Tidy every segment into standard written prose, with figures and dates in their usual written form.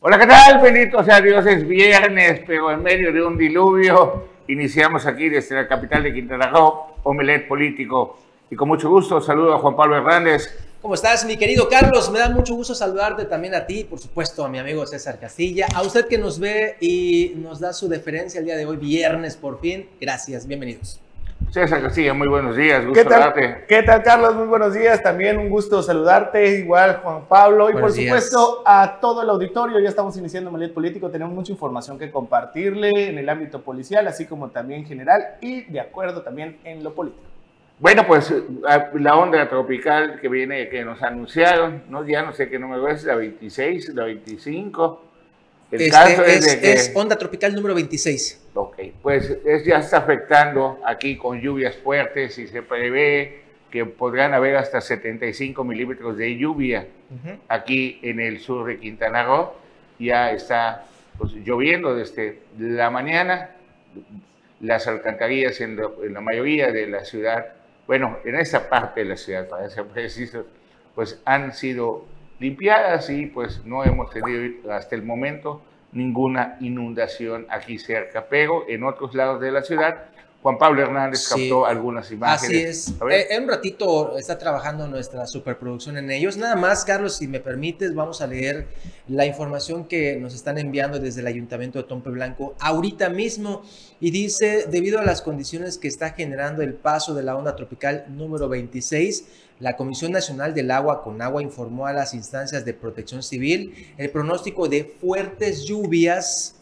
Hola, ¿qué tal? Bendito sea Dios, es viernes, pero en medio de un diluvio iniciamos aquí desde la capital de Quintana Roo, Omelet Político. Y con mucho gusto saludo a Juan Pablo Hernández. ¿Cómo estás, mi querido Carlos? Me da mucho gusto saludarte también a ti, por supuesto, a mi amigo César Castilla, a usted que nos ve y nos da su deferencia el día de hoy, viernes por fin. Gracias, bienvenidos. César Castilla, muy buenos días, gusto saludarte. ¿Qué tal, Carlos? Muy buenos días, también un gusto saludarte, igual Juan Pablo, y por supuesto a todo el auditorio. Ya estamos iniciando Omelet Político, tenemos mucha información que compartirle en el ámbito policial, así como también general y de acuerdo también en lo político. Bueno, pues la onda tropical que viene, que nos anunciaron, ¿no? Ya no sé qué número es, la 26, la 25. El caso es de que es onda tropical número 26. Ok, pues ya está afectando aquí con lluvias fuertes y se prevé que podrán haber hasta 75 milímetros de lluvia aquí en el sur de Quintana Roo. Ya está pues, lloviendo desde la mañana. Las alcantarillas en la mayoría de la ciudad, bueno, en esa parte de la ciudad, para ser precisos, pues han sido limpiadas y pues no hemos tenido hasta el momento ninguna inundación aquí cerca, pero en otros lados de la ciudad, Juan Pablo Hernández captó algunas imágenes. Así es. En un ratito está trabajando nuestra superproducción en ellos. Nada más, Carlos, si me permites, vamos a leer la información que nos están enviando desde el Ayuntamiento de Tompe Blanco ahorita mismo. Y dice, debido a las condiciones que está generando el paso de la onda tropical número 26, la Comisión Nacional del Agua Conagua informó a las instancias de protección civil el pronóstico de fuertes lluvias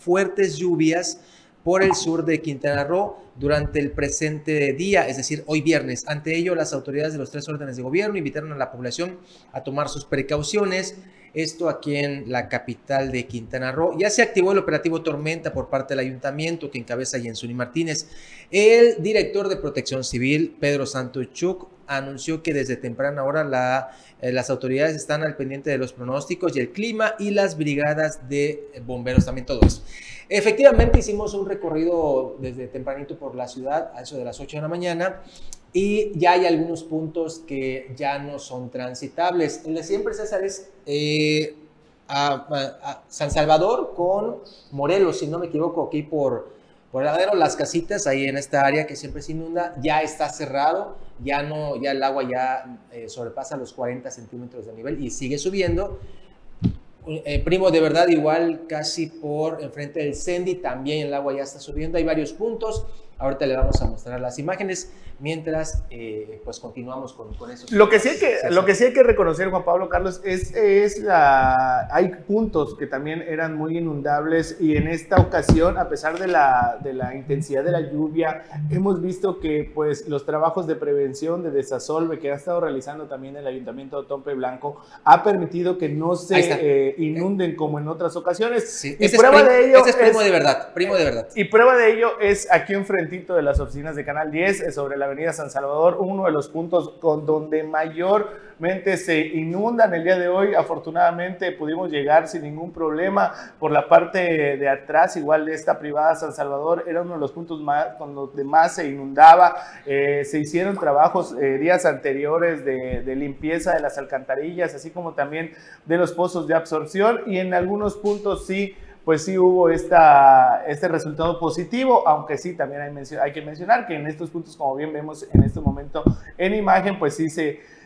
por el sur de Quintana Roo durante el presente día, es decir, hoy viernes. Ante ello, las autoridades de los 3 órdenes de gobierno invitaron a la población a tomar sus precauciones. Esto aquí en la capital de Quintana Roo. Ya se activó el operativo Tormenta por parte del ayuntamiento que encabeza Jensuni Martínez. El director de Protección Civil, Pedro Santochuk, anunció que desde temprana hora las autoridades están al pendiente de los pronósticos y el clima y las brigadas de bomberos también, todo eso. Efectivamente hicimos un recorrido desde tempranito por la ciudad a eso de las 8 de la mañana y ya hay algunos puntos que ya no son transitables. El de siempre, César, es a San Salvador con Morelos, si no me equivoco, aquí por Las Casitas, ahí en esta área que siempre se inunda, ya está cerrado, ya el agua ya sobrepasa los 40 centímetros de nivel y sigue subiendo. Primo de Verdad, igual casi por enfrente del Cendi, también el agua ya está subiendo, hay varios puntos. Ahorita le vamos a mostrar las imágenes mientras pues continuamos con eso. Lo que sí hay que reconocer, Juan Pablo, Carlos, hay puntos que también eran muy inundables y en esta ocasión, a pesar de la intensidad de la lluvia, hemos visto que pues los trabajos de prevención, de desasolve que ha estado realizando también el Ayuntamiento de Tompe Blanco ha permitido que no se inunden como en otras ocasiones. Sí. Ese es Primo de Verdad. Y prueba de ello es aquí enfrentito de las oficinas de Canal 10, sobre la avenida San Salvador, uno de los puntos donde mayormente se inundan el día de hoy. Afortunadamente pudimos llegar sin ningún problema por la parte de atrás, igual de esta privada San Salvador, era uno de los puntos donde más se inundaba. Se hicieron trabajos días anteriores de limpieza de las alcantarillas, así como también de los pozos de absorción, y en algunos puntos sí hubo este resultado positivo, aunque sí también hay que mencionar que en estos puntos, como bien vemos en este momento en imagen, pues sí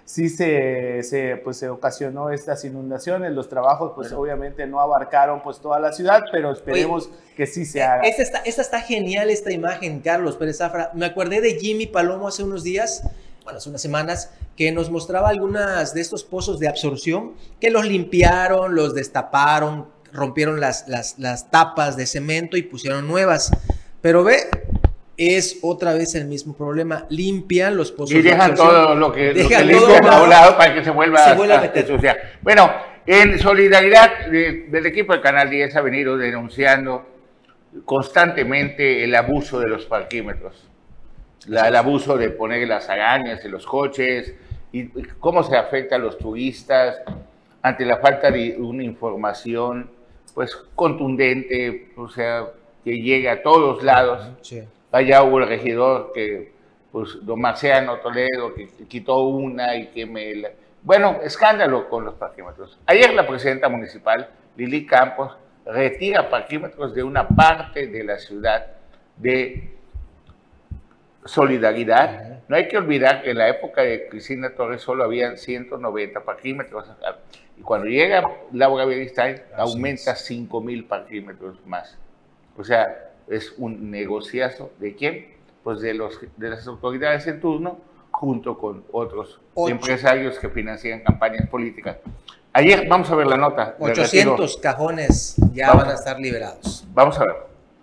se ocasionó estas inundaciones. Los trabajos pues obviamente no abarcaron pues toda la ciudad, pero esperemos que sí se haga. Esta está genial, esta imagen, Carlos Pérez Zafra. Me acordé de Jimmy Palomo hace unos días, hace unas semanas, que nos mostraba algunas de estos pozos de absorción que los limpiaron, los destaparon, rompieron las tapas de cemento y pusieron nuevas, pero es otra vez el mismo problema. Limpian los pozos y dejan todo lo que limpia a un lado para que se vuelva a ensuciar. Bueno, en solidaridad del equipo de Canal 10 ha venido denunciando constantemente el abuso de los parquímetros, el abuso de poner las arañas en los coches y cómo se afecta a los turistas ante la falta de una información pues contundente, o sea, que llegue a todos lados. Sí. Allá hubo el regidor que, pues, don Marciano Toledo, que quitó una y que bueno, escándalo con los parquímetros. Ayer la presidenta municipal, Lili Campos, retira parquímetros de una parte de la ciudad de Solidaridad. No hay que olvidar que en la época de Cristina Torres solo habían 190 parquímetros, y cuando llega Laura Beristain aumenta 5,000 parquímetros más. O sea, es un negociazo. ¿De quién? Pues de las autoridades en turno, junto con otros empresarios que financian campañas políticas. Ayer, vamos a ver la nota. 800 cajones ya van a estar liberados. Vamos a ver.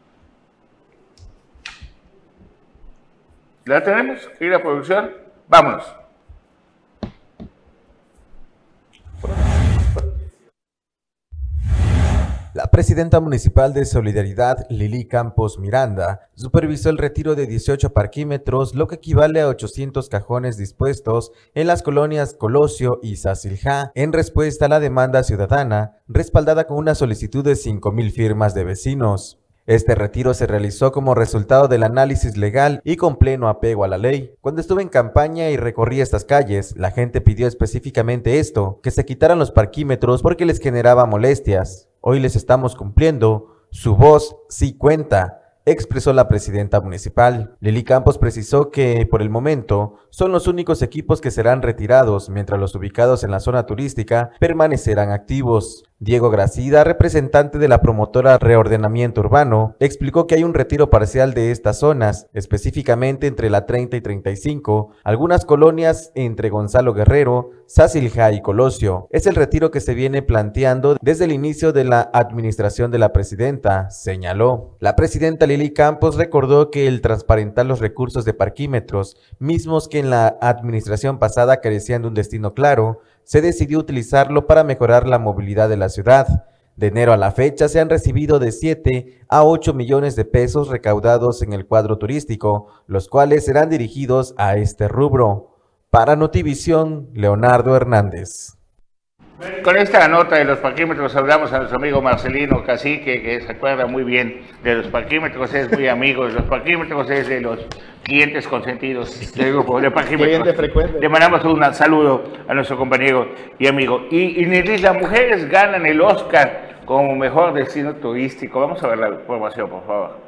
¿La tenemos? ¿Querida producción? Vámonos. La presidenta municipal de Solidaridad, Lili Campos Miranda, supervisó el retiro de 18 parquímetros, lo que equivale a 800 cajones dispuestos en las colonias Colosio y Sasilja, en respuesta a la demanda ciudadana, respaldada con una solicitud de 5,000 firmas de vecinos. Este retiro se realizó como resultado del análisis legal y con pleno apego a la ley. Cuando estuve en campaña y recorrí estas calles, la gente pidió específicamente esto, que se quitaran los parquímetros porque les generaba molestias. Hoy les estamos cumpliendo, su voz sí cuenta, expresó la presidenta municipal. Lili Campos precisó que, por el momento, son los únicos equipos que serán retirados, mientras los ubicados en la zona turística permanecerán activos. Diego Gracida, representante de la promotora Reordenamiento Urbano, explicó que hay un retiro parcial de estas zonas, específicamente entre la 30 y 35, algunas colonias entre Gonzalo Guerrero, Sasilja y Colosio. Es el retiro que se viene planteando desde el inicio de la administración de la presidenta, señaló. La presidenta Lili Campos recordó que el transparentar los recursos de parquímetros, mismos que en la administración pasada carecían de un destino claro, se decidió utilizarlo para mejorar la movilidad de la ciudad. De enero a la fecha se han recibido de 7 a 8 millones de pesos recaudados en el cuadro turístico, los cuales serán dirigidos a este rubro. Para Notivisión, Leonardo Hernández. Con esta nota de los parquímetros hablamos a nuestro amigo Marcelino Cacique, que se acuerda muy bien de los parquímetros, es muy amigo de los parquímetros, es de los clientes consentidos del grupo de parquímetros. Le mandamos un saludo a nuestro compañero y amigo. Y las mujeres ganan el Oscar como mejor destino turístico. Vamos a ver la información, por favor.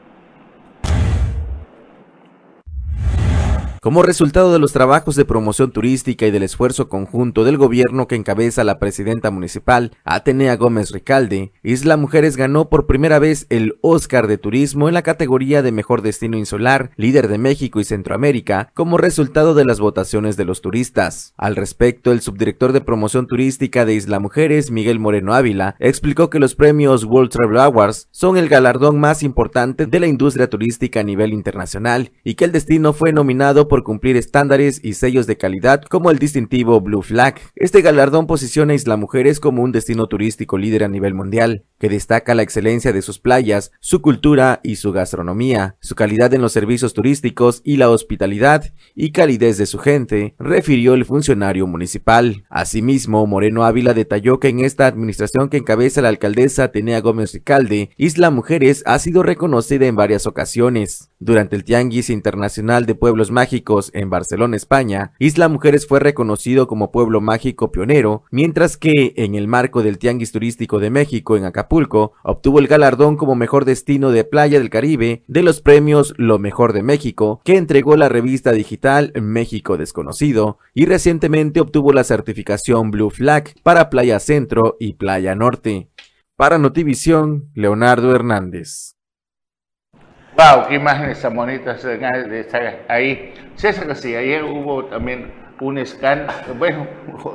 Como resultado de los trabajos de promoción turística y del esfuerzo conjunto del gobierno que encabeza la presidenta municipal, Atenea Gómez Ricalde, Isla Mujeres ganó por primera vez el Oscar de Turismo en la categoría de Mejor Destino Insular, líder de México y Centroamérica, como resultado de las votaciones de los turistas. Al respecto, el subdirector de promoción turística de Isla Mujeres, Miguel Moreno Ávila, explicó que los premios World Travel Awards son el galardón más importante de la industria turística a nivel internacional y que el destino fue nominado por cumplir estándares y sellos de calidad como el distintivo Blue Flag. Este galardón posiciona a Isla Mujeres como un destino turístico líder a nivel mundial, que destaca la excelencia de sus playas, su cultura y su gastronomía, su calidad en los servicios turísticos y la hospitalidad y calidez de su gente, refirió el funcionario municipal. Asimismo, Moreno Ávila detalló que en esta administración que encabeza la alcaldesa Atenea Gómez Ricalde, Isla Mujeres ha sido reconocida en varias ocasiones. Durante el Tianguis Internacional de Pueblos Mágicos en Barcelona, España, Isla Mujeres fue reconocido como pueblo mágico pionero, mientras que en el marco del Tianguis Turístico de México en Acapulco, obtuvo el galardón como mejor destino de playa del Caribe de los premios Lo Mejor de México, que entregó la revista digital México Desconocido, y recientemente obtuvo la certificación Blue Flag para Playa Centro y Playa Norte. Para Notivisión, Leonardo Hernández. Wow, qué imágenes tan bonitas de estar ahí. César García, ayer hubo también un escándalo, bueno,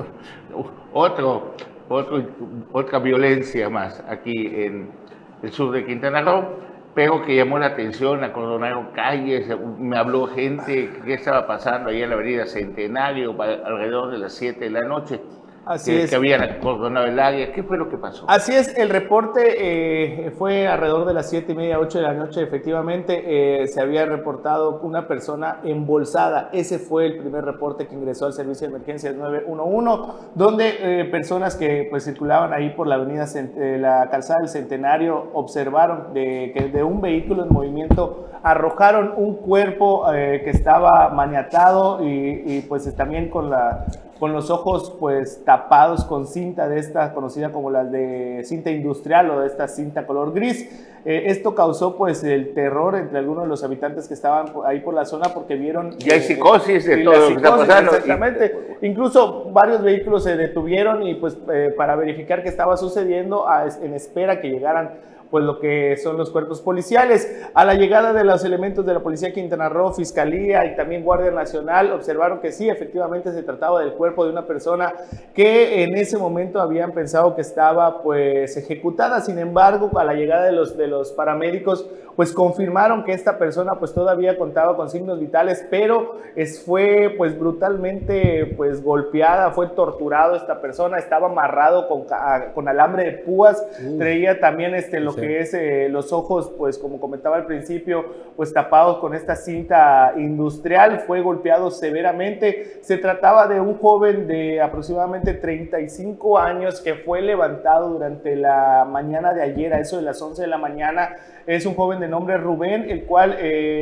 otra violencia más aquí en el sur de Quintana Roo, pero que llamó la atención, acordonaron calles, me habló gente, qué estaba pasando ahí en la avenida Centenario alrededor de las 7 de la noche. Así es. Que habían acordonado el área. ¿Qué fue lo que pasó? Así es, el reporte fue alrededor de las 7:30, 8 de la noche. Efectivamente, se había reportado una persona embolsada. Ese fue el primer reporte que ingresó al servicio de emergencias 911, donde personas que pues circulaban ahí por la avenida, la calzada del Centenario, observaron que de un vehículo en movimiento arrojaron un cuerpo que estaba maniatado y pues también con con los ojos pues tapados con cinta de esta conocida como la de cinta industrial o de esta cinta color gris. Esto causó pues el terror entre algunos de los habitantes que estaban ahí por la zona porque vieron... Y hay psicosis de todo lo que está pasando. Exactamente. Incluso varios vehículos se detuvieron y pues para verificar qué estaba sucediendo en espera que llegaran pues lo que son los cuerpos policiales. A la llegada de los elementos de la Policía de Quintana Roo, Fiscalía y también Guardia Nacional, observaron que sí, efectivamente se trataba del cuerpo de una persona que en ese momento habían pensado que estaba pues ejecutada. Sin embargo, a la llegada de los paramédicos, pues confirmaron que esta persona pues todavía contaba con signos vitales, pero fue pues brutalmente pues golpeada, fue torturado esta persona, estaba amarrado con alambre de púas, traía también lo que es los ojos, pues como comentaba al principio, pues tapados con esta cinta industrial, fue golpeado severamente. Se trataba de un joven de aproximadamente 35 años que fue levantado durante la mañana de ayer, a eso de las 11 de la mañana. Es un joven de nombre Rubén, el cual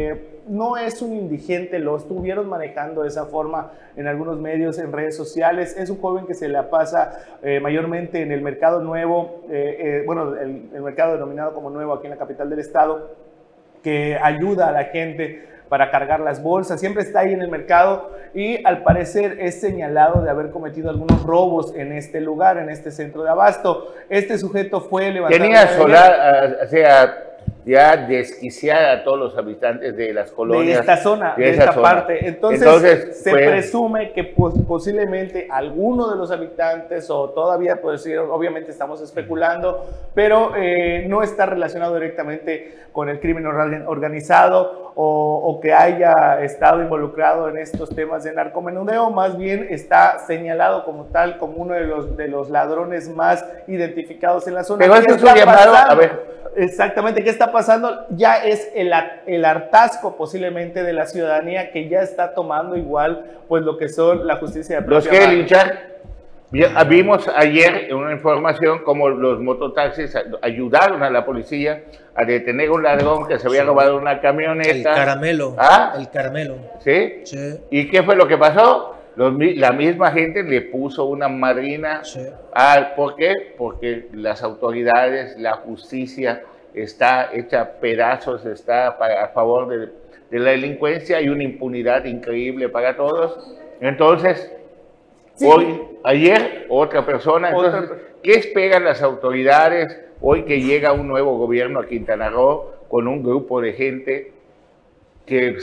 no es un indigente, lo estuvieron manejando de esa forma en algunos medios, en redes sociales. Es un joven que se la pasa mayormente en el Mercado Nuevo, el mercado denominado como Nuevo aquí en la capital del estado, que ayuda a la gente para cargar las bolsas, siempre está ahí en el mercado y al parecer es señalado de haber cometido algunos robos en este lugar, en este centro de abasto. Este sujeto fue levantado... Tenía solar, o sea, ya desquiciar a todos los habitantes de las colonias. De esta zona, de esta parte. Entonces se presume que posiblemente alguno de los habitantes, o todavía puede ser, obviamente estamos especulando, pero no está relacionado directamente con el crimen organizado o que haya estado involucrado en estos temas de narcomenudeo, más bien está señalado como tal, como uno de los ladrones más identificados en la zona. Pero esto es un llamado, a ver. Exactamente, ¿qué está pasando? Ya es el hartazgo posiblemente de la ciudadanía que ya está tomando igual pues lo que son la justicia de los que linchar. Vimos ayer en una información como los mototaxis ayudaron a la policía a detener un ladrón que se había robado una camioneta. El Caramelo. ¿Ah? El Caramelo. ¿Sí? Sí. ¿Y qué fue lo que pasó? La misma gente le puso una madrina. Sí. ¿Por qué? Porque las autoridades, la justicia está hecha pedazos, está a favor de la delincuencia, hay una impunidad increíble para todos. Entonces, sí. Ayer, otra persona. Entonces, ¿qué esperan las autoridades hoy que llega un nuevo gobierno a Quintana Roo con un grupo de gente que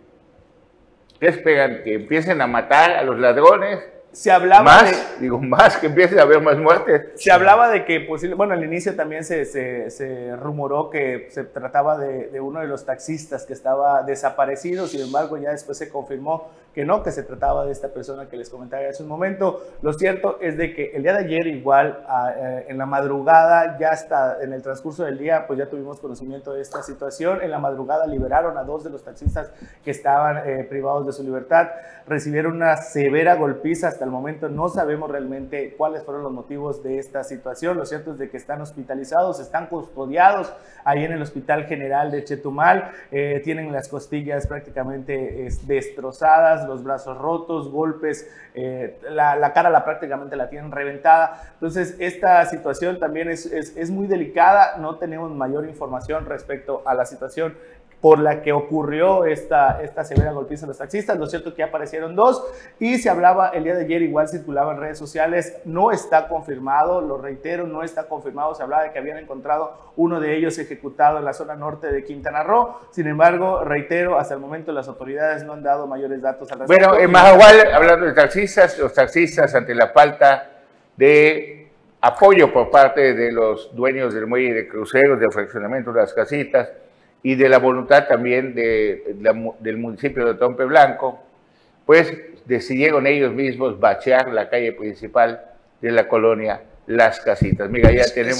¿qué esperan? ¿Que empiecen a matar a los ladrones? Se hablaba más que empiecen a haber más muertes. Se hablaba de que, al inicio también se rumoró que se trataba de uno de los taxistas que estaba desaparecido. Sin embargo, ya después se confirmó que no, que se trataba de esta persona que les comentaba hace un momento. Lo cierto es de que el día de ayer igual, en la madrugada, ya hasta en el transcurso del día, pues ya tuvimos conocimiento de esta situación. En la madrugada liberaron a 2 de los taxistas que estaban privados de su libertad. Recibieron una severa golpiza. Hasta el momento no sabemos realmente cuáles fueron los motivos de esta situación. Lo cierto es de que están hospitalizados, están custodiados ahí en el Hospital General de Chetumal. Tienen las costillas prácticamente destrozadas, los brazos rotos, golpes, la cara prácticamente la tienen reventada. Entonces esta situación también es muy delicada. No tenemos mayor información respecto a la situación por la que ocurrió esta severa golpiza a los taxistas. Lo cierto es que ya aparecieron 2 y se hablaba el día de ayer, igual circulaba en redes sociales, no está confirmado, lo reitero, no está confirmado. Se hablaba de que habían encontrado uno de ellos ejecutado en la zona norte de Quintana Roo. Sin embargo, reitero, hasta el momento las autoridades no han dado mayores datos al respecto. Bueno, en Mahahual, hablando de taxistas, los taxistas ante la falta de apoyo por parte de los dueños del muelle de cruceros, del fraccionamiento de las casitas, y de la voluntad también del municipio de Tompe Blanco, pues decidieron ellos mismos bachear la calle principal de la colonia Las Casitas. Mira, ya tenemos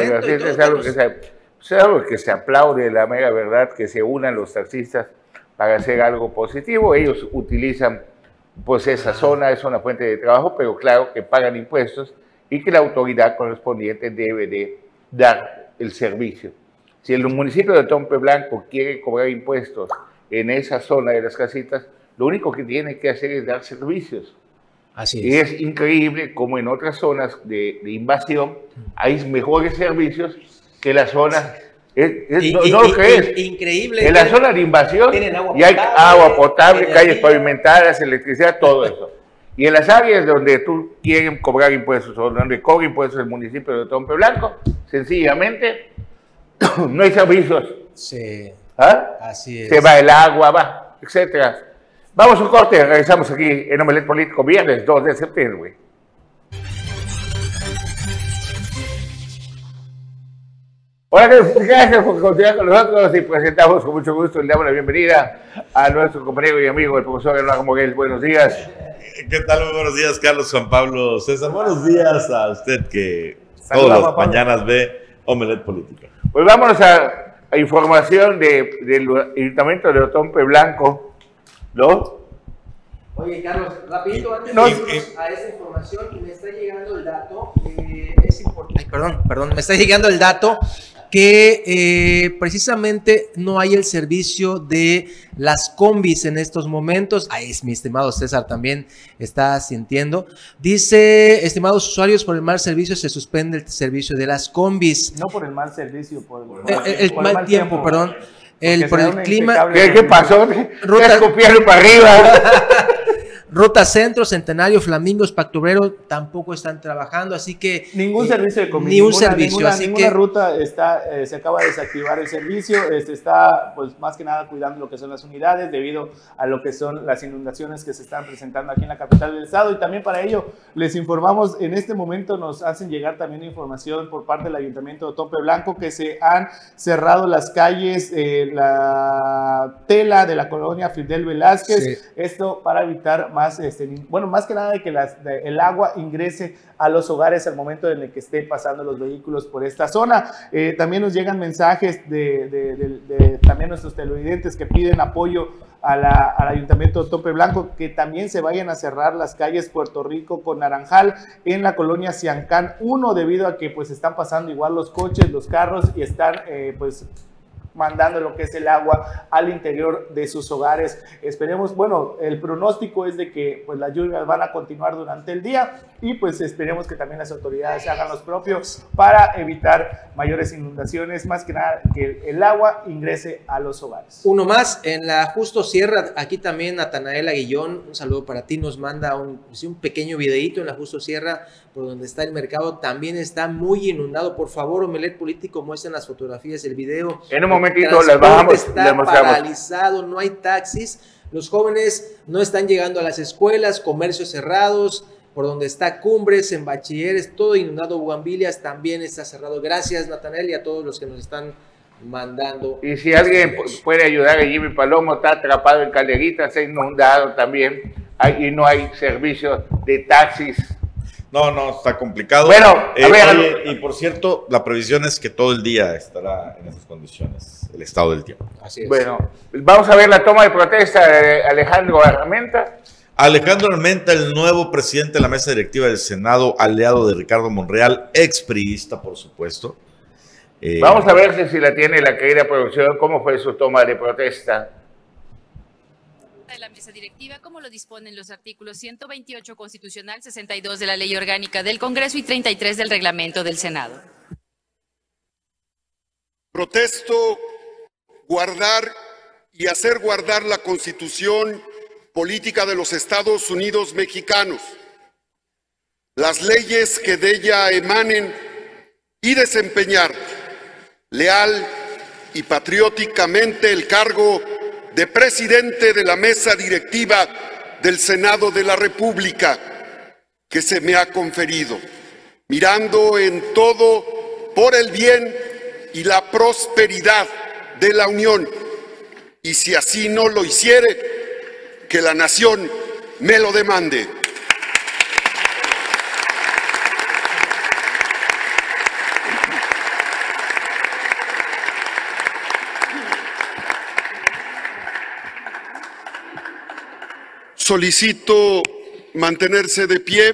algo que se aplaude, la mera verdad, que se unan los taxistas para hacer algo positivo. Ellos utilizan pues esa zona, es una fuente de trabajo, pero claro que pagan impuestos y que la autoridad correspondiente debe de dar el servicio. Si el municipio de Tompe Blanco quiere cobrar impuestos en esa zona de las casitas, lo único que tiene que hacer es dar servicios. Así Y es. es increíble como en otras zonas de invasión hay mejores servicios que las zonas. No lo crees. Increíble. En la zona de invasión tienen agua y hay potable, agua potable, calles energía. pavimentadas, electricidad, todo eso. Y en las áreas donde tú quieres cobrar impuestos o donde cobra impuestos el municipio de Tompe Blanco, sencillamente no hay servicios. Sí, ¿Ah? así es. Se va el agua, va, etcétera. Vamos a un corte, regresamos aquí en Omelet Político, viernes 2 de septiembre. Hola, gracias por continuar con nosotros y presentamos con mucho gusto y le damos la bienvenida a nuestro compañero y amigo, el profesor Eduardo Moguel. Buenos días. ¿Qué tal? Muy buenos días, Carlos, Juan Pablo, César. Buenos días a usted que Saludos, todas Juan las Pablo. mañanas ve Omelet Político. Pues vámonos a información del Ayuntamiento de Otompe Blanco, ¿no? Oye, Carlos, rapidito, antes No, de irnos a esa información, me está llegando el dato, es importante, perdón, me está llegando el dato que precisamente no hay el servicio de las combis en estos momentos. Ahí es mi estimado César también está sintiendo. Dice, estimados usuarios, por el mal servicio se suspende el servicio de las combis. No por el mal servicio, por El por mal tiempo, perdón. Por será el un clima. impecable ¿Qué pasó? Ruta- Estás copiando para arriba. Ruta Centro, Centenario, Flamingos, Pactobrero tampoco están trabajando, así que Ningún servicio de comida, ni un servicio, así ninguna que ruta está, se acaba de desactivar el servicio, está pues más que nada cuidando lo que son las unidades debido a lo que son las inundaciones que se están presentando aquí en la capital del estado, y también para ello les informamos, en este momento nos hacen llegar también información por parte del Ayuntamiento de Otompe Blanco que se han cerrado las calles, la tela de la colonia Fidel Velázquez, Sí. esto para evitar más, más que nada de que el agua ingrese a los hogares al momento en el que estén pasando los vehículos por esta zona. También nos llegan mensajes de también nuestros televidentes que piden apoyo al Ayuntamiento de Otompe Blanco, que también se vayan a cerrar las calles Puerto Rico con Naranjal en la colonia Ciancán 1, debido a que pues están pasando igual los coches, los carros y están pues mandando lo que es el agua al interior de sus hogares. Esperemos, bueno, el pronóstico es de que pues las lluvias van a continuar durante el día y pues esperemos que también las autoridades hagan los propios para evitar mayores inundaciones, más que nada que el agua ingrese a los hogares. uno más, en la Justo Sierra, aquí también Natanael Aguillón, un saludo para ti, nos manda un pequeño videíto en la Justo Sierra, por donde está el mercado, también está muy inundado. Por favor, Omelet Político, muestren las fotografías, el video. En un momentito El las bajamos, transporte las está mostramos. paralizado, no hay taxis, los jóvenes no están llegando a las escuelas, comercios cerrados, por donde está Cumbres, en Bachilleres, todo inundado. Bugambilias también está cerrado. Gracias, Natanael, y a todos los que nos están mandando. Y si alguien puede ayudar a Jimmy Palomo, está atrapado en Calderita, se ha inundado también, y no hay servicio de taxis. No, está complicado. Bueno, a ver, oye, y por cierto, la previsión es que todo el día estará en esas condiciones, el estado del tiempo. Así es. Bueno, vamos a ver la toma de protesta de Alejandro Armenta. Alejandro Armenta, el nuevo presidente de la mesa directiva del Senado, aliado de Ricardo Monreal, expriista, por supuesto. Vamos a ver si la tiene la querida producción, cómo fue su toma de protesta. De la mesa directiva, como lo disponen los artículos 128 constitucional, 62 de la Ley Orgánica del Congreso y 33 del Reglamento del Senado. Protesto guardar y hacer guardar la Constitución política de los Estados Unidos mexicanos, las leyes que de ella emanen y desempeñar leal y patrióticamente el cargo de presidente de la mesa directiva del Senado de la República que se me ha conferido, mirando en todo por el bien y la prosperidad de la Unión, y si así no lo hiciere, que la nación me lo demande. Solicito mantenerse de pie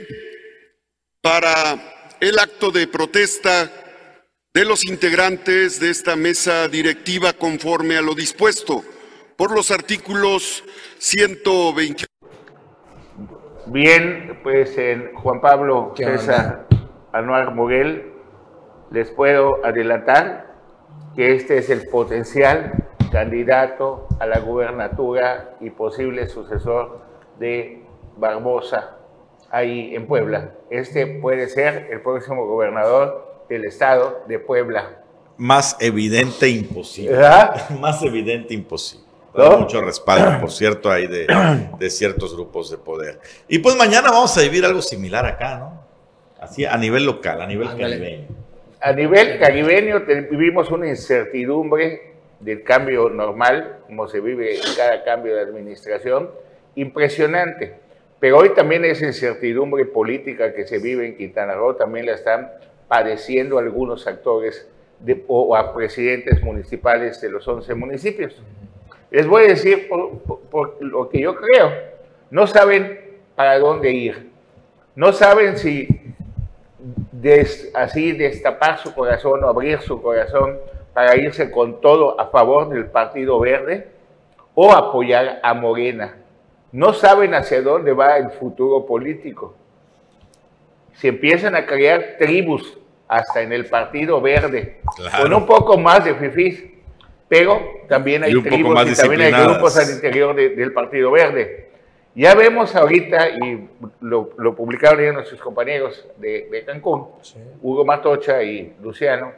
para el acto de protesta de los integrantes de esta mesa directiva conforme a lo dispuesto por los artículos 128. Bien, pues en Juan Pablo César Anuar Moguel, les puedo adelantar que este es el potencial candidato a la gubernatura y posible sucesor de Barbosa ahí en Puebla. Este puede ser el próximo gobernador del estado de Puebla. Más evidente imposible. ¿Verdad? Más evidente imposible. ¿No? Mucho respaldo, por cierto, hay de ciertos grupos de poder. Y pues mañana vamos a vivir algo similar acá, ¿no? Así a nivel local, a nivel caribeño. A nivel caribeño vivimos una incertidumbre del cambio normal, como se vive en cada cambio de administración, impresionante. Pero hoy también esa incertidumbre política que se vive en Quintana Roo también la están padeciendo algunos actores o a presidentes municipales de los 11 municipios. Les voy a decir por lo que yo creo. No saben para dónde ir. No saben si así destapar su corazón o abrir su corazón para irse con todo a favor del Partido Verde o apoyar a Morena. No saben hacia dónde va el futuro político. Se empiezan a crear tribus hasta en el Partido Verde, claro, con un poco más de fifís, pero también hay tribus y también hay grupos al interior del Partido Verde. Ya vemos ahorita, y lo publicaron ya nuestros compañeros de Cancún, sí, Hugo Martocha y Luciano,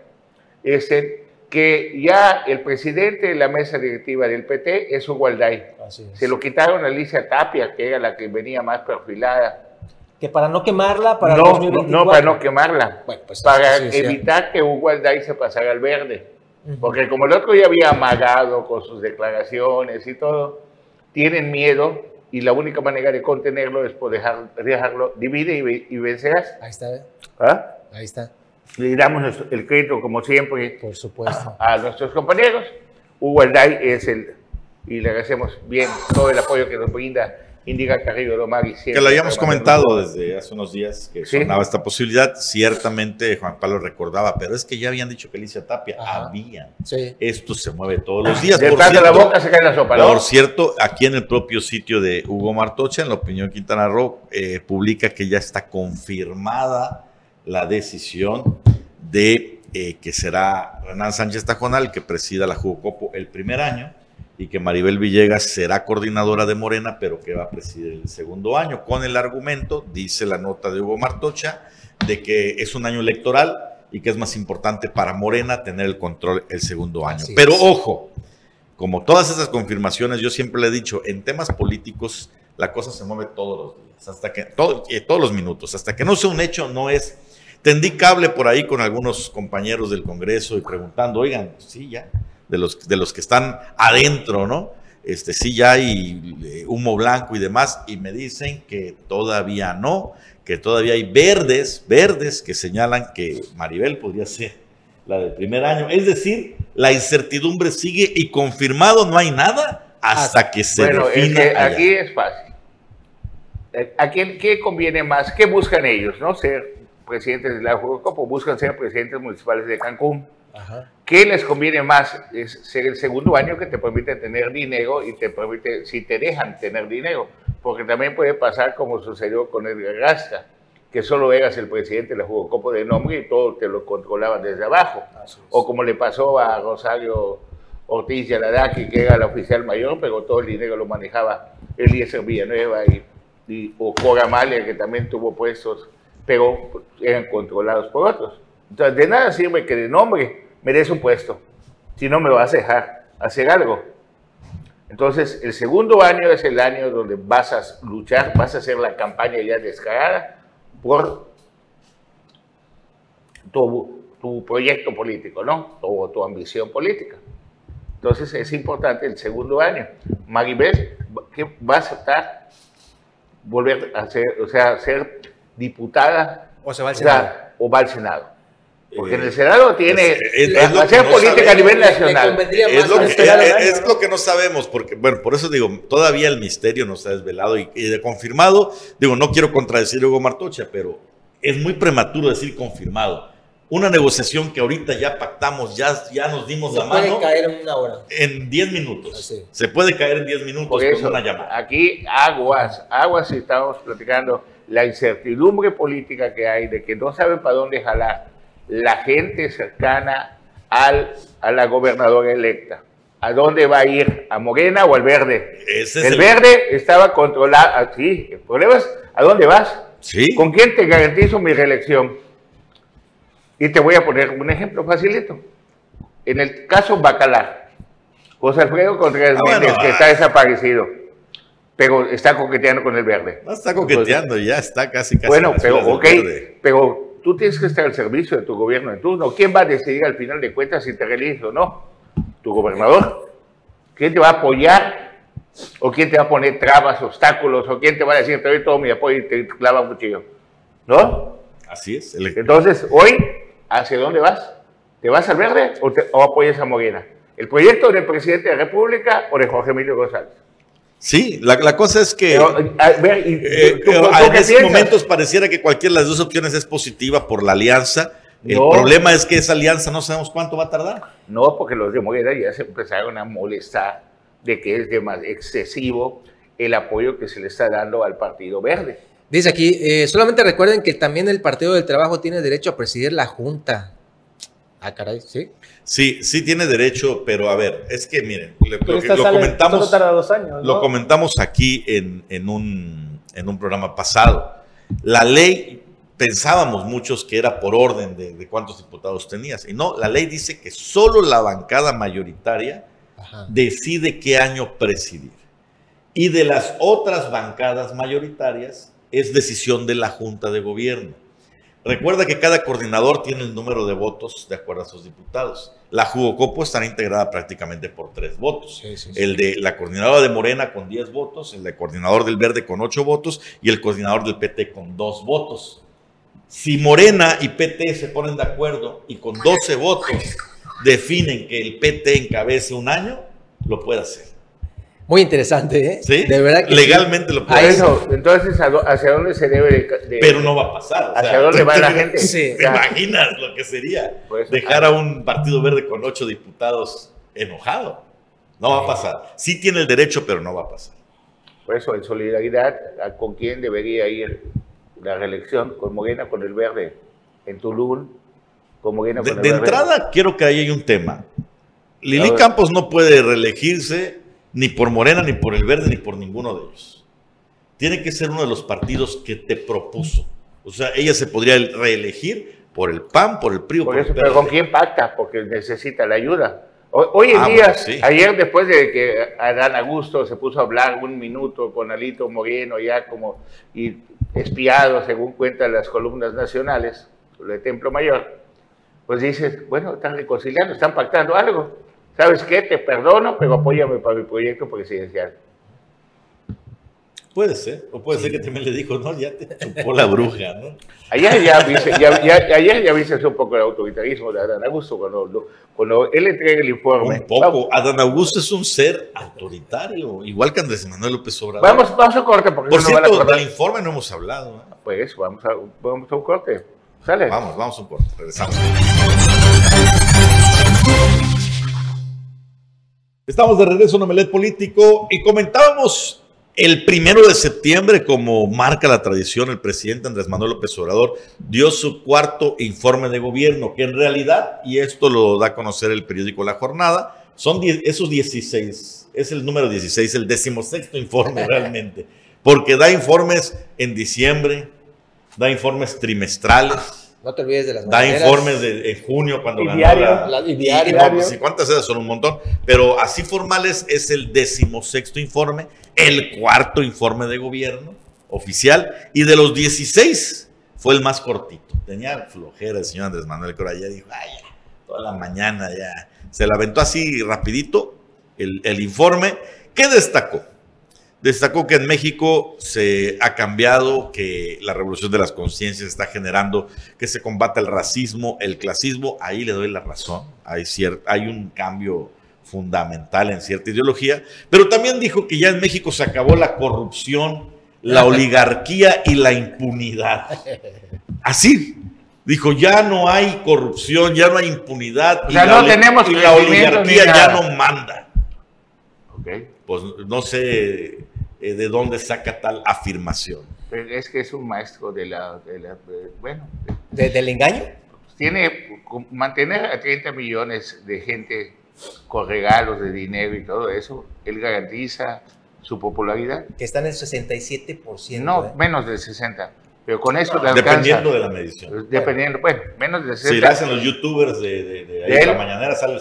que ya el presidente de la mesa directiva del PT es Hugo Alday. Se lo quitaron a Alicia Tapia, que era la que venía más perfilada. Que para no quemarla, para no, 2024. No, para no quemarla, bueno, pues para evitar que Hugo Alday se pasara al verde. Porque como el otro ya había amagado con sus declaraciones y todo, tienen miedo y la única manera de contenerlo es por dejarlo divide y vencerás. Ahí está. ¿Ah? Ahí está. Le damos el crédito, como siempre, por supuesto, a nuestros compañeros. Hugo Alday es y le agradecemos bien todo el apoyo que nos brinda Indica Carrillo Lomar. Que lo habíamos comentado desde hace unos días que sonaba esta posibilidad. Ciertamente Juan Pablo recordaba, pero es que ya habían dicho que Alicia Tapia. Sí. Esto se mueve todos los días. De la boca se cae la sopa, ¿no? Por cierto, aquí en el propio sitio de Hugo Martocha, en La Opinión Quintana Roo, publica que ya está confirmada la decisión de que será Renan Sánchez Tajonal que presida la Jugocopo el primer año, y que Maribel Villegas será coordinadora de Morena, pero que va a presidir el segundo año, con el argumento, dice la nota de Hugo Martocha, de que es un año electoral y que es más importante para Morena tener el control el segundo año. Pero ojo, como todas esas confirmaciones, yo siempre le he dicho, en temas políticos la cosa se mueve todos los días, hasta que todos los minutos, hasta que no sea un hecho, no es. Tendí cable por ahí con algunos compañeros del Congreso y preguntando, oigan, sí, ya, de los que están adentro, ¿no? Sí, ya hay humo blanco y demás, y me dicen que todavía no, que todavía hay verdes que señalan que Maribel podría ser la del primer año. Es decir, la incertidumbre sigue y confirmado no hay nada hasta que se defina. Aquí es fácil. ¿A qué conviene más? ¿Qué buscan ellos? ¿No? Ser presidentes de la Jugocopo, buscan ser presidentes municipales de Cancún. Ajá. ¿Qué les conviene más? Es ser el segundo año que te permite tener dinero y te permite, si te dejan tener dinero, porque también puede pasar como sucedió con Edgar Gasca, que solo eras el presidente de la Jugocopo de nombre y todo te lo controlaban desde abajo, o como le pasó a Rosario Ortiz Yaladaki, que era la oficial mayor, pero todo el dinero lo manejaba Eliezer Villanueva o Cora Malia, que también tuvo puestos, pero eran controlados por otros. Entonces, de nada sirve que de nombre me des un puesto, si no me vas a dejar hacer algo. Entonces, el segundo año es el año donde vas a luchar, vas a hacer la campaña ya descarada por tu proyecto político, ¿no? O tu ambición política. Entonces, es importante el segundo año. Maribel, ¿qué va a aceptar? Volver a ser diputada, o se va al Senado. O va al Senado. Porque en el Senado tiene hacer política a nivel nacional. Es lo que no sabemos, porque, bueno, por eso digo, todavía el misterio no se ha desvelado y de confirmado, digo, no quiero contradecir a Hugo Martocha, pero es muy prematuro decir confirmado. una negociación que ahorita ya pactamos, ya nos dimos la mano. Puede caer en una hora. En 10 minutos. Así. Se puede caer en 10 minutos Por eso, con una llamada. aquí aguas, si estamos platicando la incertidumbre política que hay, de que no saben para dónde jalar la gente cercana a la gobernadora electa. ¿A dónde va a ir? ¿A Morena o al Verde? Ese es el Verde estaba controlado. Sí, el problema es ¿a dónde vas? Sí. ¿Con quién te garantizo mi reelección? Y te voy a poner un ejemplo facilito. En el caso Bacalar, José Alfredo Contreras Méndez, que está desaparecido, pero está coqueteando con el Verde. No está coqueteando, ya está casi. Bueno, pero pero tú tienes que estar al servicio de tu gobierno en turno. ¿Quién va a decidir al final de cuentas si te reeliges o no? ¿Tu gobernador? ¿Quién te va a apoyar? ¿O quién te va a poner trabas, obstáculos? ¿O quién te va a decir, te doy todo mi apoyo y te clava un cuchillo? ¿No? Así es. Entonces, hoy, ¿hacia dónde vas? ¿Te vas al Verde o apoyas a Morena? ¿El proyecto del presidente de la República o de Jorge Emilio González? Sí, la cosa es que Pero, en esos momentos pareciera que cualquiera de las dos opciones es positiva por la alianza. El problema es que esa alianza no sabemos cuánto va a tardar. No, porque los de Morena ya se empezaron a molestar de que es excesivo el apoyo que se le está dando al Partido Verde. Dice aquí, solamente recuerden que también el Partido del Trabajo tiene derecho a presidir la Junta. Ah, caray, ¿sí? Sí tiene derecho, pero a ver, es que miren, solo tarda 2 años, ¿no? Lo comentamos aquí en un programa pasado. La ley, pensábamos muchos que era por orden de cuántos diputados tenías, y no, la ley dice que solo la bancada mayoritaria decide qué año presidir. Y de las otras bancadas mayoritarias es decisión de la Junta de Gobierno. Recuerda que cada coordinador tiene el número de votos de acuerdo a sus diputados. La Jugocopo estará integrada prácticamente por 3 votos. Sí. El de la coordinadora de Morena con 10 votos, el de coordinador del Verde con 8 votos y el coordinador del PT con 2 votos. Si Morena y PT se ponen de acuerdo y con 12 votos definen que el PT encabece un año, lo puede hacer. Muy interesante, ¿eh? Sí, de verdad que legalmente sí. Lo puede hacer. Entonces, ¿hacia dónde se debe de Pero no va a pasar. ¿Hacia dónde va la gente? Sí. ¿Te imaginas lo que sería dejar a un Partido Verde con 8 diputados enojado? No va a pasar. Sí tiene el derecho, pero no va a pasar. Por eso, en solidaridad, ¿con quién debería ir la reelección? ¿Con Morena, con el Verde? ¿En Tulum? ¿Con Morena, con el Verde? De entrada, quiero que ahí hay un tema. Lili Campos no puede reelegirse ni por Morena, ni por el Verde, ni por ninguno de ellos. Tiene que ser uno de los partidos que te propuso. O sea, ella se podría reelegir por el PAN, por el PRI o por eso, el pero ¿con quién pacta? Porque necesita la ayuda. Hoy en día, sí. Ayer después de que Adán Augusto se puso a hablar un minuto con Alito Moreno, ya como y espiado, según cuentan las columnas nacionales, de Templo Mayor, pues dices, bueno, están reconciliando, están pactando algo. ¿Sabes qué? Te perdono, pero apóyame para mi proyecto presidencial. Puede ser, o puede ser que también le dijo, no, ya te chupó la bruja, ¿no? Ayer ya viste un poco el autoritarismo de Adán Augusto cuando él entrega el informe. Un poco. Adán Augusto es un ser autoritario, igual que Andrés Manuel López Obrador. Vamos a corte. Porque por cierto, del informe no hemos hablado. ¿eh? Pues vamos a un corte. ¿Sale? Vamos a un corte, regresamos. Estamos de regreso en Omelet Político y comentábamos el 1 de septiembre, como marca la tradición, el presidente Andrés Manuel López Obrador dio su 4º informe de gobierno, que en realidad, y esto lo da a conocer el periódico La Jornada, son esos 16, es el número 16, el 16º informe realmente, porque da informes en diciembre, da informes trimestrales. No te olvides de las da maneras. Informes en junio cuando ganó diario. No, pues, ¿cuántas esas son? Un montón. Pero así formales es el 16º informe, el 4º informe de gobierno oficial, y de los 16 fue el más cortito. Tenía flojera el señor Andrés Manuel, que ahora ya dijo, ay, ya, toda la mañana ya. Se la aventó así rapidito el informe. ¿Qué destacó? Destacó que en México se ha cambiado, que la revolución de las conciencias está generando que se combata el racismo, el clasismo. Ahí le doy la razón. Hay un cambio fundamental en cierta ideología. Pero también dijo que ya en México se acabó la corrupción, la oligarquía y la impunidad. Así. Dijo, ya no hay corrupción, ya no hay impunidad. O sea, no tenemos y la oligarquía ya no manda. Okay. Pues no sé de dónde saca tal afirmación. Pero es que es un maestro del engaño. Tiene mantener a 30 millones de gente con regalos de dinero y todo eso, él garantiza su popularidad. Que está en el 67%. No, menos del 60%. Pero con eso le alcanza. Dependiendo de la medición. Dependiendo, bueno, menos del 60%. Si le hacen los youtubers de la mañanera, sale el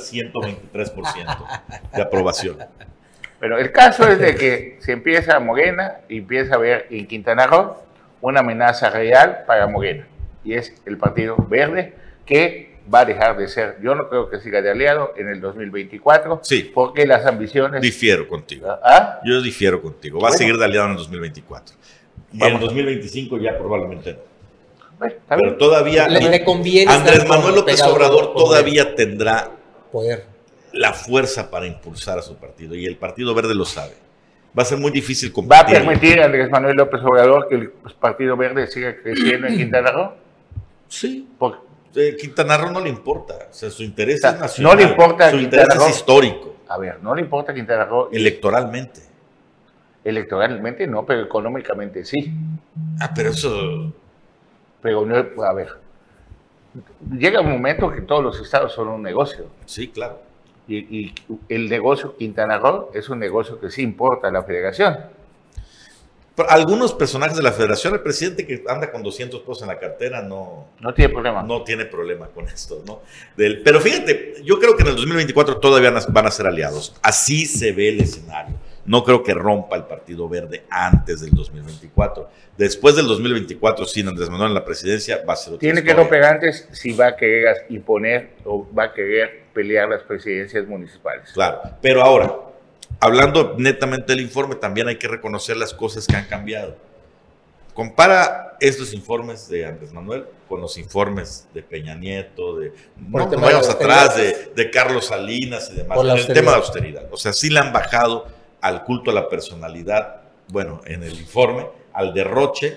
123% de aprobación. Pero el caso es de que se empieza Morena y empieza a ver en Quintana Roo una amenaza real para Morena. Y es el Partido Verde, que va a dejar de ser, yo no creo que siga de aliado en el 2024, sí, porque las ambiciones... Difiero contigo. ¿Ah? Yo difiero contigo. Va a seguir de aliado en el 2024. Y en el 2025 ya probablemente no. Bueno, pero todavía... Le conviene Andrés Manuel López Obrador todavía tendrá poder, la fuerza para impulsar a su partido, y el Partido Verde lo sabe. Va a ser muy difícil competir. ¿Va a permitir a Andrés Manuel López Obrador que el Partido Verde siga creciendo en Quintana Roo? Sí. Quintana Roo no le importa. O sea, su interés es nacional. No le importa su interés es histórico. A ver, no le importa Quintana Roo. Electoralmente. Electoralmente no, pero económicamente sí. Pero eso... Pero no, a ver, llega un momento que todos los estados son un negocio. Sí, claro. Y el negocio Quintana Roo es un negocio que sí importa a la federación. Pero algunos personajes de la federación, el presidente que anda con 200 pesos en la cartera no tiene problema. No tiene problema con esto, ¿no? Pero fíjate, yo creo que en el 2024 todavía van a ser aliados. Así se ve el escenario. No creo que rompa el Partido Verde antes del 2024. Después del 2024, sin Andrés Manuel en la presidencia, va a ser otra Tiene historia. que romper antes si va a querer imponer o va a querer pelear las presidencias municipales. Claro, pero ahora, hablando netamente del informe, también hay que reconocer las cosas que han cambiado. Compara estos informes de Andrés Manuel con los informes de Peña Nieto, no vayamos atrás, de Carlos Salinas y demás, en el tema de austeridad. O sea, sí le han bajado al culto a la personalidad, bueno, en el informe, al derroche,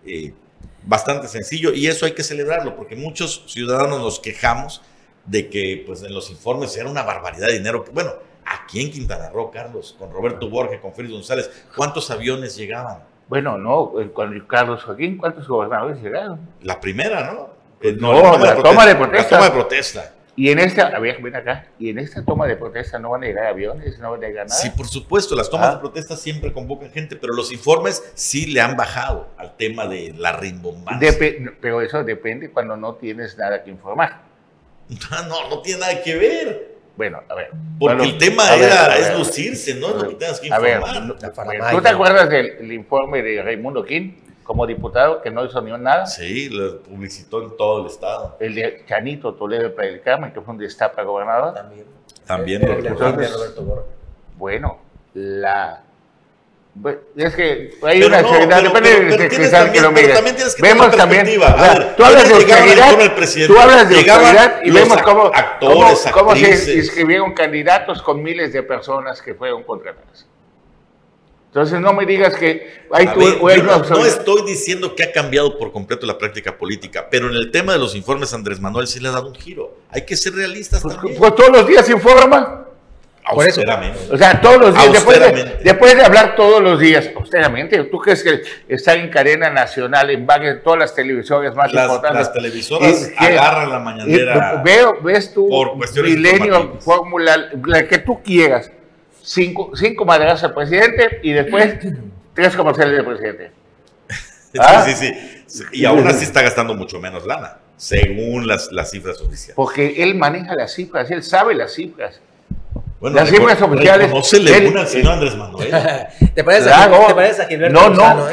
bastante sencillo, y eso hay que celebrarlo, porque muchos ciudadanos nos quejamos de que pues, en los informes era una barbaridad de dinero. Bueno, aquí en Quintana Roo, Carlos, con Roberto Borges, con Félix González, ¿cuántos aviones llegaban? Bueno, no, con Carlos Joaquín, ¿cuántos gobernadores llegaron? La primera, ¿no? La toma de protesta. La toma de protesta. Y en esta, a ver, ven acá, y en esta toma de protesta no van a llegar aviones, no van a llegar nada. Sí, por supuesto, las tomas de protesta siempre convocan gente, pero los informes sí le han bajado al tema de la rimbombancia. Pero eso depende cuando no tienes nada que informar. No tiene nada que ver. Bueno, a ver. Porque el tema es lucirse, no es lo que tengas que informar. ¿Tú te acuerdas del informe de Raimundo King como diputado que no hizo ni nada? Sí, lo publicitó en todo el estado. El de Chanito Toledo del Carmen, que fue un destapa gobernador. También. Entonces, Roberto Borges. Bueno, es que hay una seriedad, depende de que lo mires. Vemos también, tú hablas de austeridad y vemos cómo se inscribieron candidatos con miles de personas que fueron contratadas. Entonces no me digas que no estoy diciendo que ha cambiado por completo la práctica política, pero en el tema de los informes Andrés Manuel sí le ha dado un giro. Hay que ser realistas también. Pues todos los días informa. Austeramente. O sea, todos los días, después de hablar todos los días, austeramente, ¿tú crees que estar en cadena nacional, en todas las televisoras más importantes? Las televisoras agarran la mañanera. Ves tú, Milenio, Fórmula, la que tú quieras, cinco madrazos al presidente y después 3 comerciales del presidente. Sí. Y aún así está gastando mucho menos lana, según las cifras oficiales. Porque él maneja las cifras, él sabe las cifras. Bueno, las cifras oficiales. No se le une al señor Andrés Manuel. ¿Te parece a Gilberto Lozano,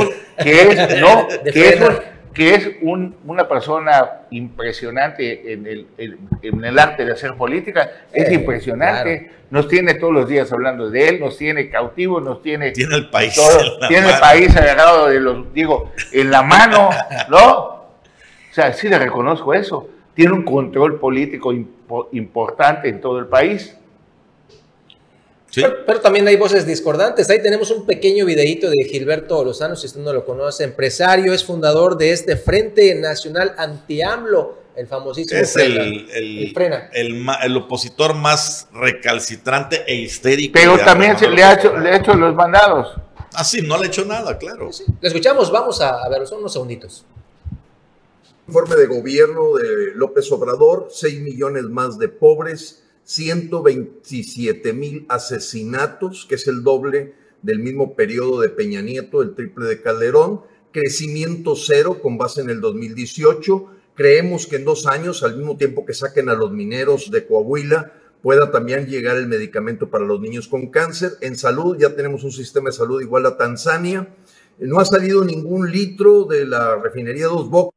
que es una persona impresionante en el arte de hacer política? Es impresionante. Claro. Nos tiene todos los días hablando de él, nos tiene cautivos, nos tiene. Tiene el país. Tiene el país agarrado en la mano, ¿no? O sea, sí le reconozco eso. Tiene un control político importante en todo el país. Sí. Pero también hay voces discordantes. Ahí tenemos un pequeño videíto de Gilberto Lozano, si usted no lo conoce, empresario, es fundador de este Frente Nacional Anti-AMLO, el famosísimo Es Frena. el opositor más recalcitrante e histérico. Pero también le ha hecho los mandados. Ah, sí, no le ha hecho nada, claro. Sí. Lo escuchamos, vamos a verlo, son unos segunditos. Informe de gobierno de López Obrador, 6 millones más de pobres, 127,000 asesinatos, que es el doble del mismo periodo de Peña Nieto, el triple de Calderón, crecimiento cero con base en el 2018. Creemos que en 2 años, al mismo tiempo que saquen a los mineros de Coahuila, pueda también llegar el medicamento para los niños con cáncer. En salud ya tenemos un sistema de salud igual a Tanzania. No ha salido ningún litro de la refinería Dos Bocas.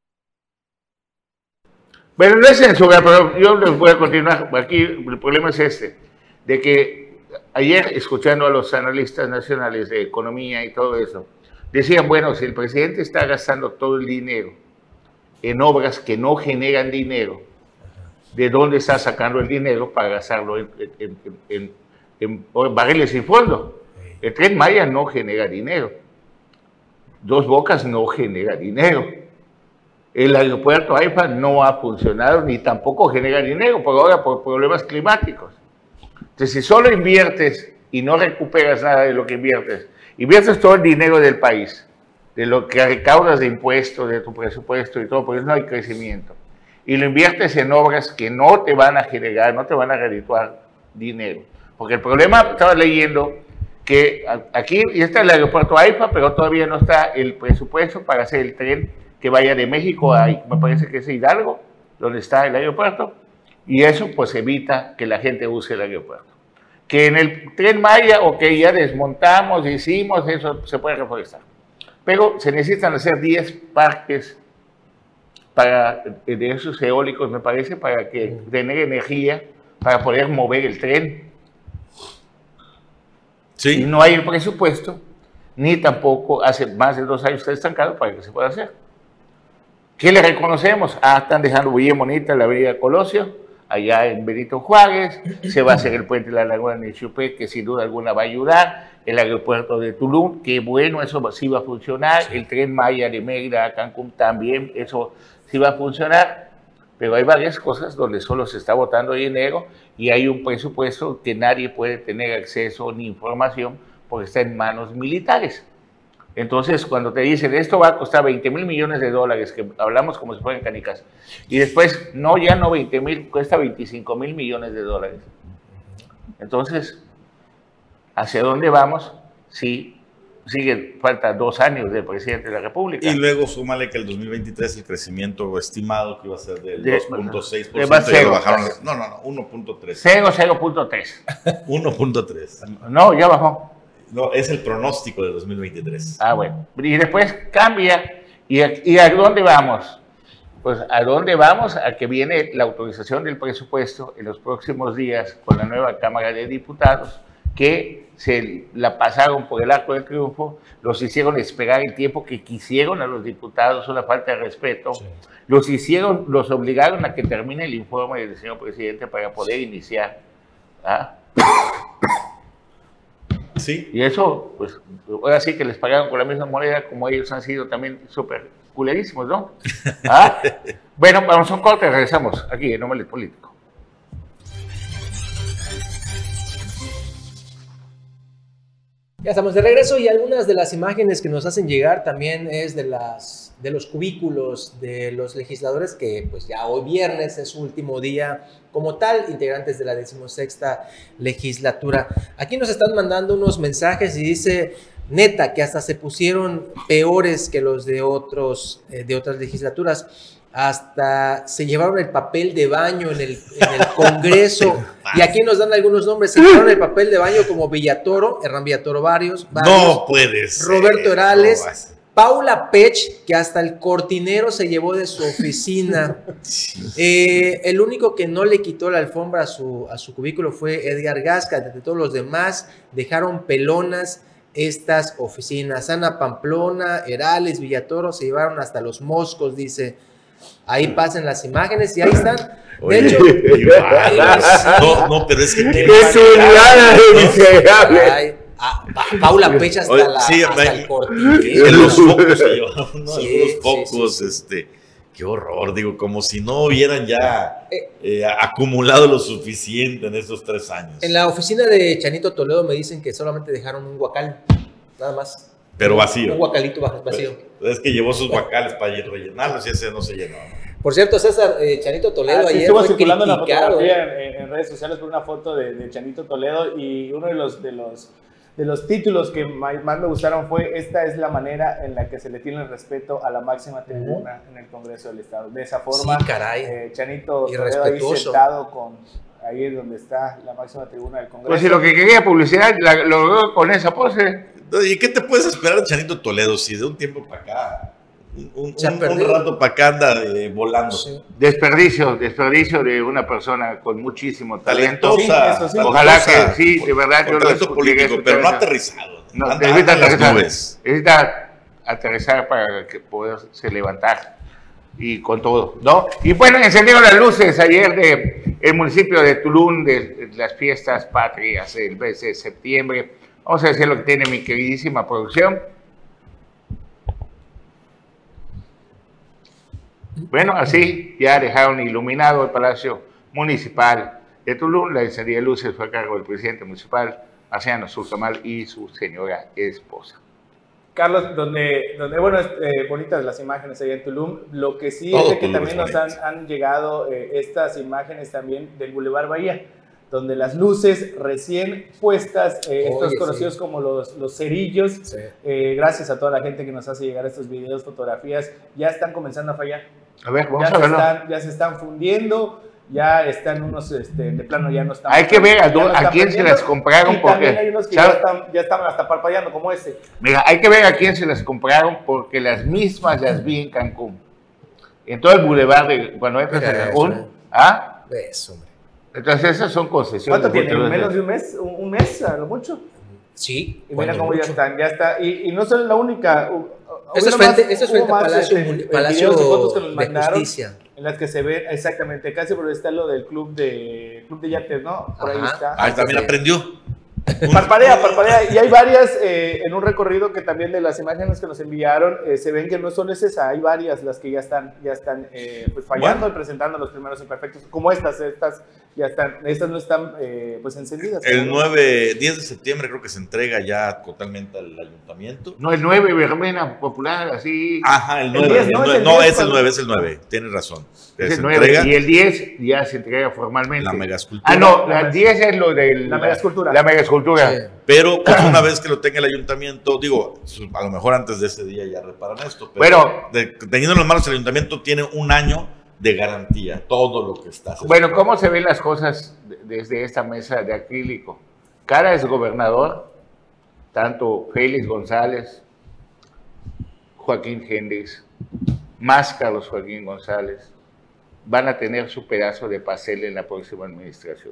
Bueno, no es censura, pero yo les voy a continuar. Aquí el problema es de que ayer, escuchando a los analistas nacionales de economía y todo eso, decían, bueno, si el presidente está gastando todo el dinero en obras que no generan dinero, ¿de dónde está sacando el dinero para gastarlo en barriles sin fondo? El Tren Maya no genera dinero. Dos Bocas no genera dinero. El aeropuerto AIFA no ha funcionado ni tampoco genera dinero, por ahora por problemas climáticos. Entonces, si solo inviertes y no recuperas nada de lo que inviertes todo el dinero del país, de lo que recaudas de impuestos, de tu presupuesto y todo, porque no hay crecimiento, y lo inviertes en obras que no te van a generar, no te van a redituar dinero. Porque el problema, estaba leyendo, que aquí ya está el aeropuerto AIFA, pero todavía no está el presupuesto para hacer el tren que vaya de México a, me parece que es Hidalgo, donde está el aeropuerto, y eso pues evita que la gente use el aeropuerto. Que en el Tren Maya, ok, ya desmontamos, hicimos, eso se puede reforestar. Pero se necesitan hacer 10 parques de esos eólicos, me parece, para que tener energía, para poder mover el tren. Sí. Y no hay el presupuesto, ni tampoco hace más de 2 años está estancado para que se pueda hacer. ¿Qué le reconocemos? Están dejando bien bonita la avenida Colosio, allá en Benito Juárez, se va a hacer el puente de la Laguna de Chupet, que sin duda alguna va a ayudar, el aeropuerto de Tulum, que bueno, eso sí va a funcionar, el Tren Maya de Mérida a Cancún también, eso sí va a funcionar, pero hay varias cosas donde solo se está botando dinero y hay un presupuesto que nadie puede tener acceso ni información porque está en manos militares. Entonces, cuando te dicen, esto va a costar 20,000 millones de dólares, que hablamos como si fueran canicas, y después, no, ya no 20,000, cuesta 25,000 millones de dólares. Entonces, ¿hacia dónde vamos? Sí, falta 2 años del presidente de la República. Y luego súmale que el 2023 el crecimiento estimado que iba a ser del 2.6%, va a ser, ya lo bajaron, no, 1.3. 0.3. 1.3. No, ya bajó. No, es el pronóstico de 2023. Bueno. Y después cambia. ¿Y a dónde vamos? Pues a dónde vamos, a que viene la autorización del presupuesto en los próximos días con la nueva Cámara de Diputados, que se la pasaron por el arco del triunfo, los hicieron esperar el tiempo que quisieron a los diputados, una falta de respeto, sí. Los obligaron a que termine el informe del señor presidente para poder iniciar. Sí. Y eso, pues, ahora sí que les pagaron con la misma moneda, como ellos han sido también súper culerísimos, ¿no? Bueno, vamos a un corte, regresamos aquí en Nombre del Político. Ya estamos de regreso y algunas de las imágenes que nos hacen llegar también es de los cubículos de los legisladores que pues ya hoy viernes es su último día como tal, integrantes de la 16ª legislatura. Aquí nos están mandando unos mensajes y dice, neta, que hasta se pusieron peores que los de otras legislaturas. Hasta se llevaron el papel de baño en el Congreso. Y aquí nos dan algunos nombres. Se llevaron el papel de baño como Villatoro, Hernán Villatoro varios. No puede ser. Roberto Herales, Paula Pech, que hasta el cortinero se llevó de su oficina. El único que no le quitó la alfombra a su cubículo fue Edgar Gasca. De todos los demás dejaron pelonas estas oficinas. Ana Pamplona, Herales, Villatoro se llevaron hasta los moscos, dice. Ahí pasen las imágenes y ahí están. De Oye, hecho, no, pero es que ¡Qué chulada de miserable! ay, Paula Pecha hasta, Oye, hasta el cortillo. en los focos se llevaban unos Sí, focos, sí. qué horror, digo, como si no hubieran ya acumulado lo suficiente en estos 3 años. En la oficina de Chanito Toledo me dicen que solamente dejaron un guacal, nada más. Pero vacío. Un guacalito vacío. Es que llevó sus guacales para rellenarlos y ese no se llenó. Por cierto, César, Chanito Toledo sí, ayer estuvo fue circulando una criticado. fotografía en redes sociales por una foto de Chanito Toledo, y uno de los títulos que más me gustaron fue: esta es la manera en la que se le tiene el respeto a la máxima tribuna en el Congreso del Estado. De esa forma, Sí, caray. Chanito Toledo ahí Irrespetuoso. sentado ahí es donde está la máxima tribuna del Congreso. Pues si lo que quería publicidad lo logró con esa pose. ¿Y qué te puedes esperar de Chanito Toledo si de un tiempo para acá, un Se ha perdido. rato para acá anda volando? Sí. Desperdicio de una persona con muchísimo talento. Talentosa, Sí, eso sí. Ojalá talentosa, que sí, de verdad, con yo talento lo político, llegué a pero no escuchar. aterrizado. No, Anda necesita en las aterrizar. nubes. Necesita aterrizar para que poderse levantar y con todo, ¿no? Y bueno, encendieron las luces ayer de el municipio de Tulum de las fiestas patrias el mes de septiembre. Vamos a decir lo que tiene mi queridísima producción. Bueno, así ya dejaron iluminado el Palacio Municipal de Tulum. La encendida de luces fue a cargo del presidente municipal, Marciano Sultamal, y su señora esposa. Carlos, donde bueno, bonitas las imágenes allá en Tulum. Lo que sí Todo es de que Tulum también es nos han llegado estas imágenes también del Boulevard Bahía, donde las luces recién puestas, estos Oye, conocidos sí. como los cerillos, Sí. Gracias a toda la gente que nos hace llegar estos videos, fotografías, ya están comenzando a fallar. A ver, vamos a verlo. Ya se están fundiendo, ya están unos, de plano ya no están. Hay que ver ya no a están quién se prendiendo, las compraron, y también porque, hay unos que ¿sabes? ya están hasta parpadeando, como ese. Mira, hay que ver a quién se las compraron, porque las mismas las vi en Cancún. En todo el bulevar, cuando entras a Mira Cancún, eso. ¿ah? Eso, hombre. Entonces esas son concesiones. ¿Cuánto tiene? porque ¿Menos de un mes? ¿Un mes a lo mucho? Sí. Y mira cuando cómo mucho. ya está. Y no son la única. Eso es frente a Palacio, Palacio videos y fotos que nos de mandaron, Justicia. en las que se ve exactamente, casi por está lo del club de yates, ¿no? Por ahí Ajá. está. Ahí también aprendió. Parpadea. Y hay varias en un recorrido que también de las imágenes que nos enviaron, se ven que no solo es esa, hay varias las que ya están pues fallando, Bueno. y presentando los primeros imperfectos, como estas ya están, estas no están pues encendidas. El 10 de septiembre creo que se entrega ya totalmente al ayuntamiento. No, el 9, verbena popular, así. Ajá, el 9. 10, ¿no? Es el No, 10, es el ¿cuál? 9, es el 9. Tienes razón. Es Se el 9. entrega Y el 10 ya se entrega formalmente. la megaescultura. Ah, no, el 10 es lo de La megaescultura. La megaescultura. Sí. Pero pues, una vez que lo tenga el ayuntamiento, digo, a lo mejor antes de ese día ya reparan esto. Pero Bueno. teniendo en las manos el ayuntamiento, tiene un año de garantía, todo lo que está. Bueno, ¿cómo se ven las cosas desde esta mesa de acrílico? Cada exgobernador, tanto Félix González, Joaquín Hendrix, más Carlos Joaquín González, van a tener su pedazo de pastel en la próxima administración.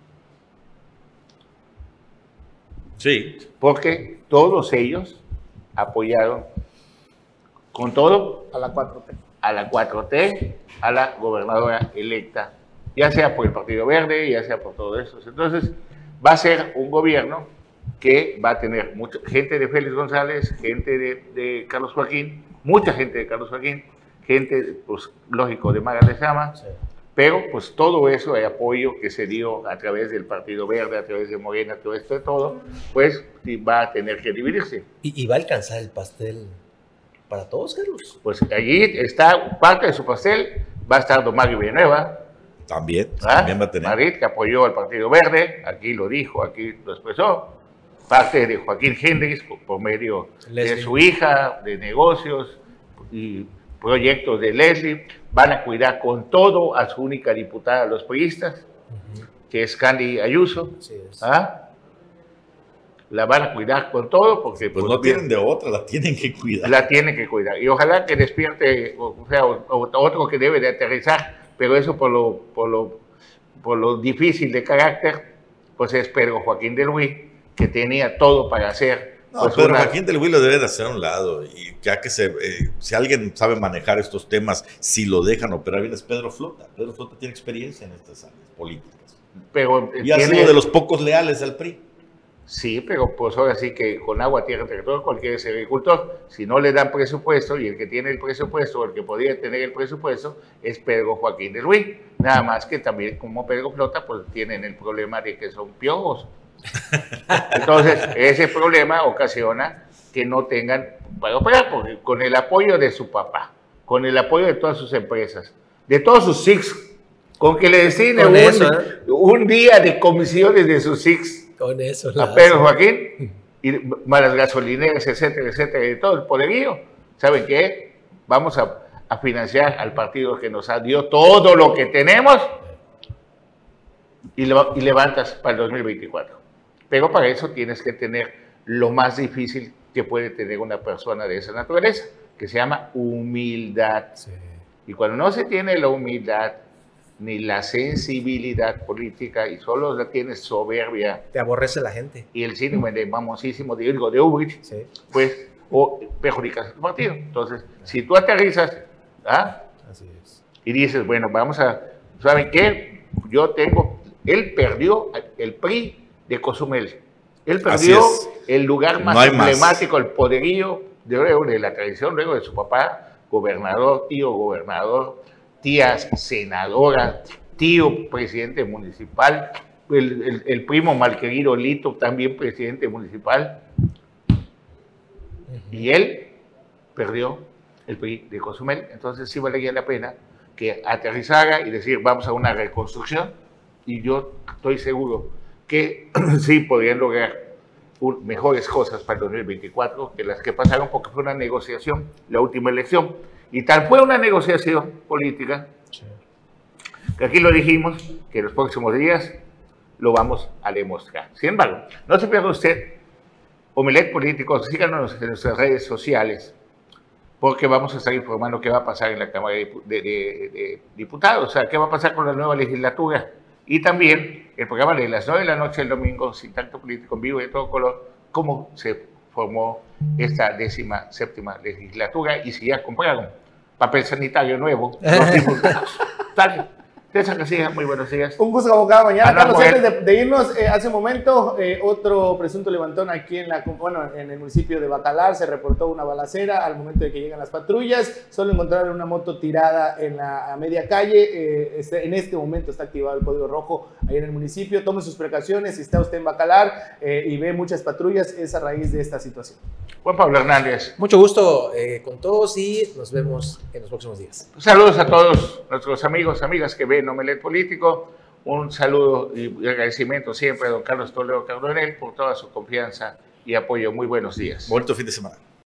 Sí. Porque todos ellos apoyaron con todo A la 4T. a la 4T, a la gobernadora electa, ya sea por el Partido Verde, ya sea por todo eso. Entonces, va a ser un gobierno que va a tener mucha gente de Félix González, gente de Carlos Joaquín, mucha gente de Carlos Joaquín, gente, pues, lógico, de Maga Lezama, Sí. pero pues todo eso de apoyo que se dio a través del Partido Verde, a través de Morena, todo esto de todo, pues sí va a tener que dividirse. ¿Y va a alcanzar el pastel para todos, Carlos? Pues allí está parte de su pastel, va a estar don Mario Villanueva, También ¿ah? va a tener. Madrid, que apoyó al Partido Verde, aquí lo dijo, aquí lo expresó, parte de Joaquín Hendrix por medio Leslie. de su hija, de negocios y proyectos de Leslie, van a cuidar con todo a su única diputada, los priistas, que es Candy Ayuso, Sí, es. ¿ah? La van a cuidar con todo porque Pues pues, no tienen de otra, la tienen que cuidar. la tiene que cuidar. Y ojalá que despierte, o sea, otro que debe de aterrizar, pero eso por lo difícil de carácter, pues es Pedro Joaquín de Luis, que tenía todo para ser No, pues Pedro Joaquín del Huil lo debe de hacer a un lado, y ya que si alguien sabe manejar estos temas, si lo dejan operar bien, es Pedro Flota. Pedro Flota tiene experiencia en estas áreas políticas. Pero y ha sido de los pocos leales al PRI. Sí, pero pues ahora sí que con agua, tierra, territorio, cualquier es agricultor. Si no le dan presupuesto, y el que tiene el presupuesto, o el que podría tener el presupuesto, es Pedro Joaquín del Huil. Nada más que también, como Pedro Flota, pues tienen el problema de que son piojos. Entonces, ese problema ocasiona que no tengan para operar, porque con el apoyo de su papá, con el apoyo de todas sus empresas, de todos sus SICs, con que le destine un día de comisiones de sus SICs a Pedro Joaquín, y malas gasolineras, etcétera, etcétera, y todo el poderío. ¿Saben qué? Vamos a financiar al partido que nos dio todo lo que tenemos y levantas para el 2024. Pero para eso tienes que tener lo más difícil que puede tener una persona de esa naturaleza, que se llama humildad. Sí. Y cuando no se tiene la humildad ni la sensibilidad política y solo la tienes soberbia, te aborrece la gente. Y el síndrome de famosísimo de Ullrich, sí, pues, o perjudicas a tu partido. Entonces, si tú aterrizas, así es, y dices, bueno, vamos a, ¿saben qué? Él perdió el PRI de Cozumel. Él perdió el lugar más emblemático, el poderío de la tradición, luego de su papá, gobernador, tío gobernador, tía senadora, tío presidente municipal, el primo malquerido Lito, también presidente municipal. Y él perdió el PRI de Cozumel. Entonces sí valdría la pena que aterrizara y decir, vamos a una reconstrucción, y yo estoy seguro que sí podrían lograr mejores cosas para el 2024 que las que pasaron, porque fue una negociación, la última elección. Y tal fue una negociación política, que aquí lo dijimos, que en los próximos días lo vamos a demostrar. Sin embargo, no se pierda usted Omelet Político, síganos en nuestras redes sociales, porque vamos a estar informando qué va a pasar en la Cámara de Diputados, o sea, qué va a pasar con la nueva legislatura. Y también el programa de las 9 de la noche el domingo, Sin Tacto Político en vivo y de todo color, cómo se formó esta 17ª legislatura y si ya compraron papel sanitario nuevo los diputados. Dale. César García, muy buenos días. Un gusto como cada mañana. Carlos, antes de irnos, hace un momento, otro presunto levantón aquí en el municipio de Bacalar. Se reportó una balacera al momento de que llegan las patrullas. Solo encontraron una moto tirada a media calle. En este momento está activado el código rojo ahí en el municipio. Tome sus precauciones si está usted en Bacalar y ve muchas patrullas. Es a raíz de esta situación. Juan Pablo Hernández. Mucho gusto con todos y nos vemos en los próximos días. Saludos a todos nuestros amigos, amigas que ven Omelet Político. Un saludo y agradecimiento siempre a don Carlos Toledo Cardonel por toda su confianza y apoyo. Muy buenos días. Bonito fin de semana.